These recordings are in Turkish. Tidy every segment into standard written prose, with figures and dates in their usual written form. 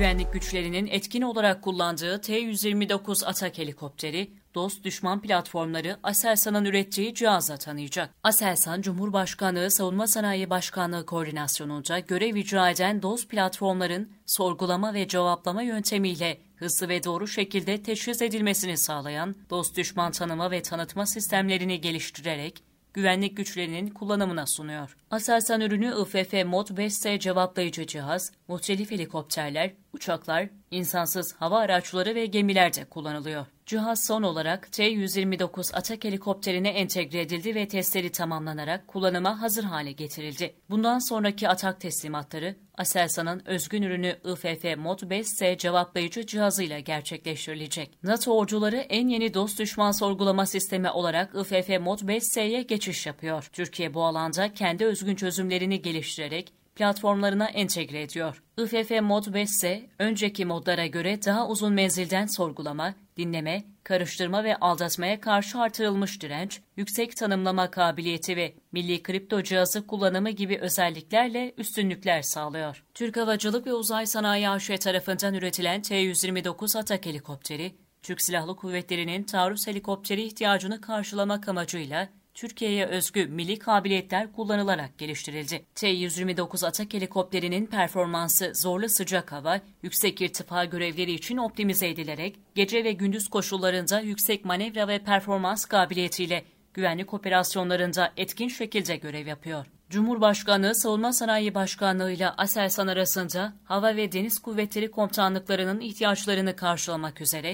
Güvenlik güçlerinin etkin olarak kullandığı T-129 Atak helikopteri, dost düşman platformları Aselsan'ın ürettiği cihazla tanıyacak. Aselsan, Cumhurbaşkanlığı Savunma Sanayi Başkanlığı koordinasyonunca görev icra eden dost platformların sorgulama ve cevaplama yöntemiyle hızlı ve doğru şekilde teşhis edilmesini sağlayan dost düşman tanıma ve tanıtma sistemlerini geliştirerek güvenlik güçlerinin kullanımına sunuyor. Aselsan ürünü IFF Mod 5S cevaplayıcı cihaz, muhtelif helikopterler, uçaklar, insansız hava araçları ve gemilerde kullanılıyor. Cihaz son olarak T-129 Atak helikopterine entegre edildi ve testleri tamamlanarak kullanıma hazır hale getirildi. Bundan sonraki Atak teslimatları Aselsan'ın özgün ürünü IFF Mod 5S cevaplayıcı cihazıyla gerçekleştirilecek. NATO orduları en yeni dost düşman sorgulama sistemi olarak IFF Mod 5S'ye geçiş yapıyor. Türkiye bu alanda kendi özgün çözümlerini geliştirerek platformlarına entegre ediyor. IFF Mod 5S, önceki modlara göre daha uzun menzilden sorgulama, dinleme, karıştırma ve aldatmaya karşı artırılmış direnç, yüksek tanımlama kabiliyeti ve milli kripto cihazı kullanımı gibi özelliklerle üstünlükler sağlıyor. Türk Havacılık ve Uzay Sanayi AŞ tarafından üretilen T-129 Atak helikopteri, Türk Silahlı Kuvvetleri'nin taarruz helikopteri ihtiyacını karşılamak amacıyla Türkiye'ye özgü milli kabiliyetler kullanılarak geliştirildi. T-129 Atak helikopterinin performansı zorlu sıcak hava, yüksek irtifa görevleri için optimize edilerek gece ve gündüz koşullarında yüksek manevra ve performans kabiliyetiyle güvenlik operasyonlarında etkin şekilde görev yapıyor. Cumhurbaşkanlığı Savunma Sanayi Başkanlığı ile Aselsan arasında Hava ve Deniz Kuvvetleri Komutanlıklarının ihtiyaçlarını karşılamak üzere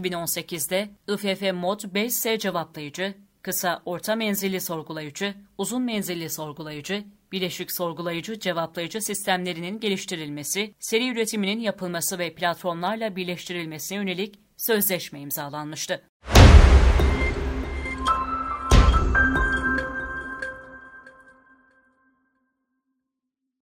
2018'de IFF Mod 5S cevaplayıcı, kısa orta menzilli sorgulayıcı, uzun menzilli sorgulayıcı, bileşik sorgulayıcı cevaplayıcı sistemlerinin geliştirilmesi, seri üretiminin yapılması ve platformlarla birleştirilmesine yönelik sözleşme imzalanmıştı.